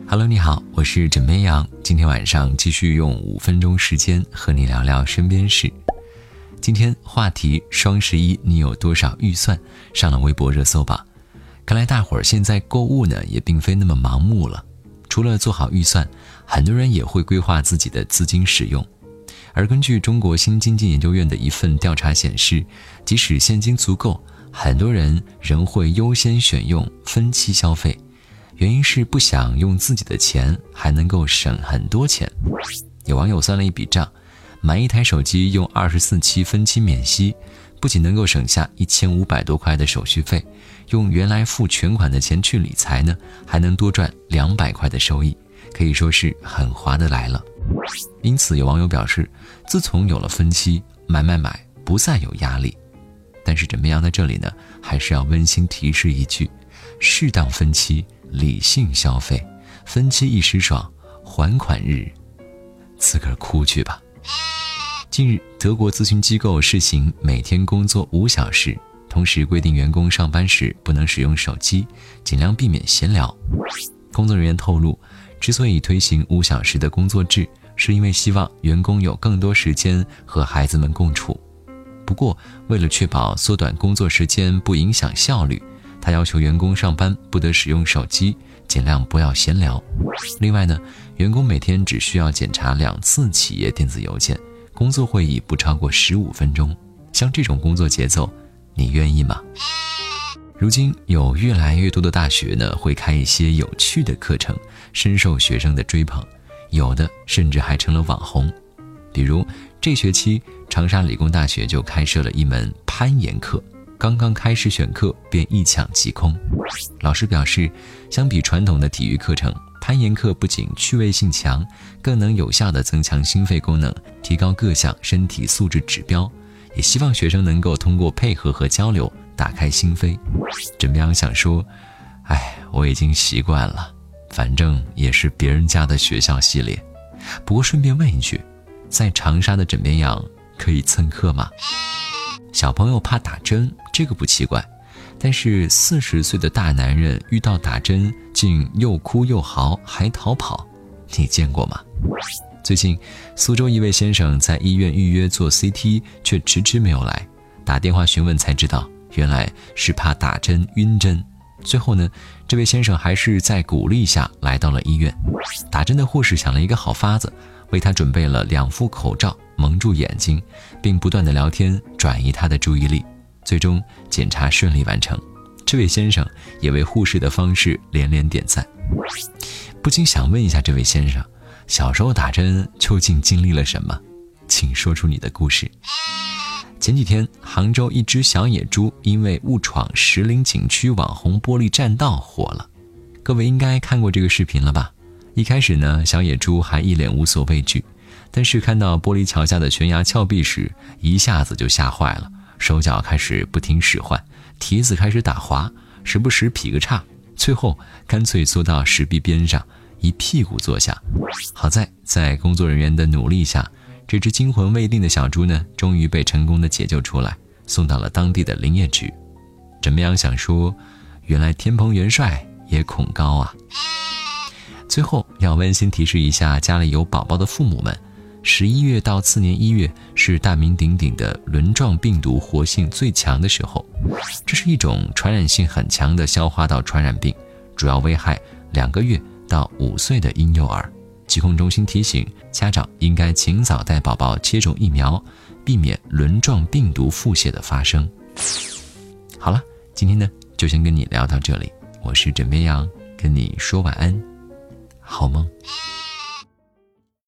Hello， 你好，我是枕边羊。今天晚上继续用5分钟时间和你聊聊身边事。今天话题双11你有多少预算上了微博热搜榜。看来大伙儿现在购物呢也并非那么盲目了，除了做好预算，很多人也会规划自己的资金使用。而根据中国新经济研究院的一份调查显示，即使现金足够，很多人仍会优先选用分期消费，原因是不想用自己的钱还能够省很多钱。有网友算了一笔账，买一台手机用24期分期免息，不仅能够省下1500多块的手续费，用原来付全款的钱去理财呢，还能多赚200块的收益，可以说是很划得来了。因此有网友表示，自从有了分期，买不再有压力。但是枕边羊在这里呢，还是要温馨提示一句，适当分期，理性消费，分期一时爽，还款日自个儿哭去吧。近日，德国咨询机构试行每天工作5小时，同时规定员工上班时不能使用手机，尽量避免闲聊。工作人员透露，之所以推行5小时的工作制，是因为希望员工有更多时间和孩子们共处。不过，为了确保缩短工作时间不影响效率，他要求员工上班不得使用手机，尽量不要闲聊。另外呢，员工每天只需要检查2次企业电子邮件，工作会议不超过15分钟。像这种工作节奏，你愿意吗？如今有越来越多的大学呢，会开一些有趣的课程，深受学生的追捧，有的甚至还成了网红。比如这学期长沙理工大学就开设了一门攀岩课，刚刚开始选课便一抢即空。老师表示，相比传统的体育课程，攀岩课不仅趣味性强，更能有效地增强心肺功能，提高各项身体素质指标，也希望学生能够通过配合和交流打开心扉。枕边羊想说，我已经习惯了，反正也是别人家的学校系列。不过顺便问一句，在长沙的枕边羊可以蹭课吗？小朋友怕打针，这个不奇怪，但是40岁的大男人遇到打针竟又哭又嚎还逃跑，你见过吗？最近苏州一位先生在医院预约做 CT， 却迟迟没有来，打电话询问才知道，原来是怕打针晕针。最后呢，这位先生还是在鼓励下来到了医院。打针的护士想了一个好法子，为他准备了2副口罩蒙住眼睛，并不断的聊天转移他的注意力。最终检查顺利完成，这位先生也为护士的方式连连点赞。不禁想问一下这位先生，小时候打针究竟经历了什么？请说出你的故事。前几天，杭州一只小野猪因为误闯石林景区网红玻璃栈道火了。各位应该看过这个视频了吧？一开始呢，小野猪还一脸无所畏惧，但是看到玻璃桥下的悬崖峭壁时，一下子就吓坏了，手脚开始不听使唤，蹄子开始打滑，时不时劈个叉，最后干脆缩到石壁边上，一屁股坐下。好在工作人员的努力下，这只惊魂未定的小猪呢，终于被成功的解救出来，送到了当地的林业局。枕边羊想说，原来天蓬元帅也恐高啊。最后要温馨提示一下家里有宝宝的父母们，11月到次年1月是大名鼎鼎的轮状病毒活性最强的时候，这是一种传染性很强的消化道传染病，主要危害2个月到5岁的婴幼儿。疾控中心提醒家长应该尽早带宝宝接种疫苗，避免轮状病毒腹泻的发生。好了，今天呢就先跟你聊到这里，我是枕边羊，跟你说晚安，好梦。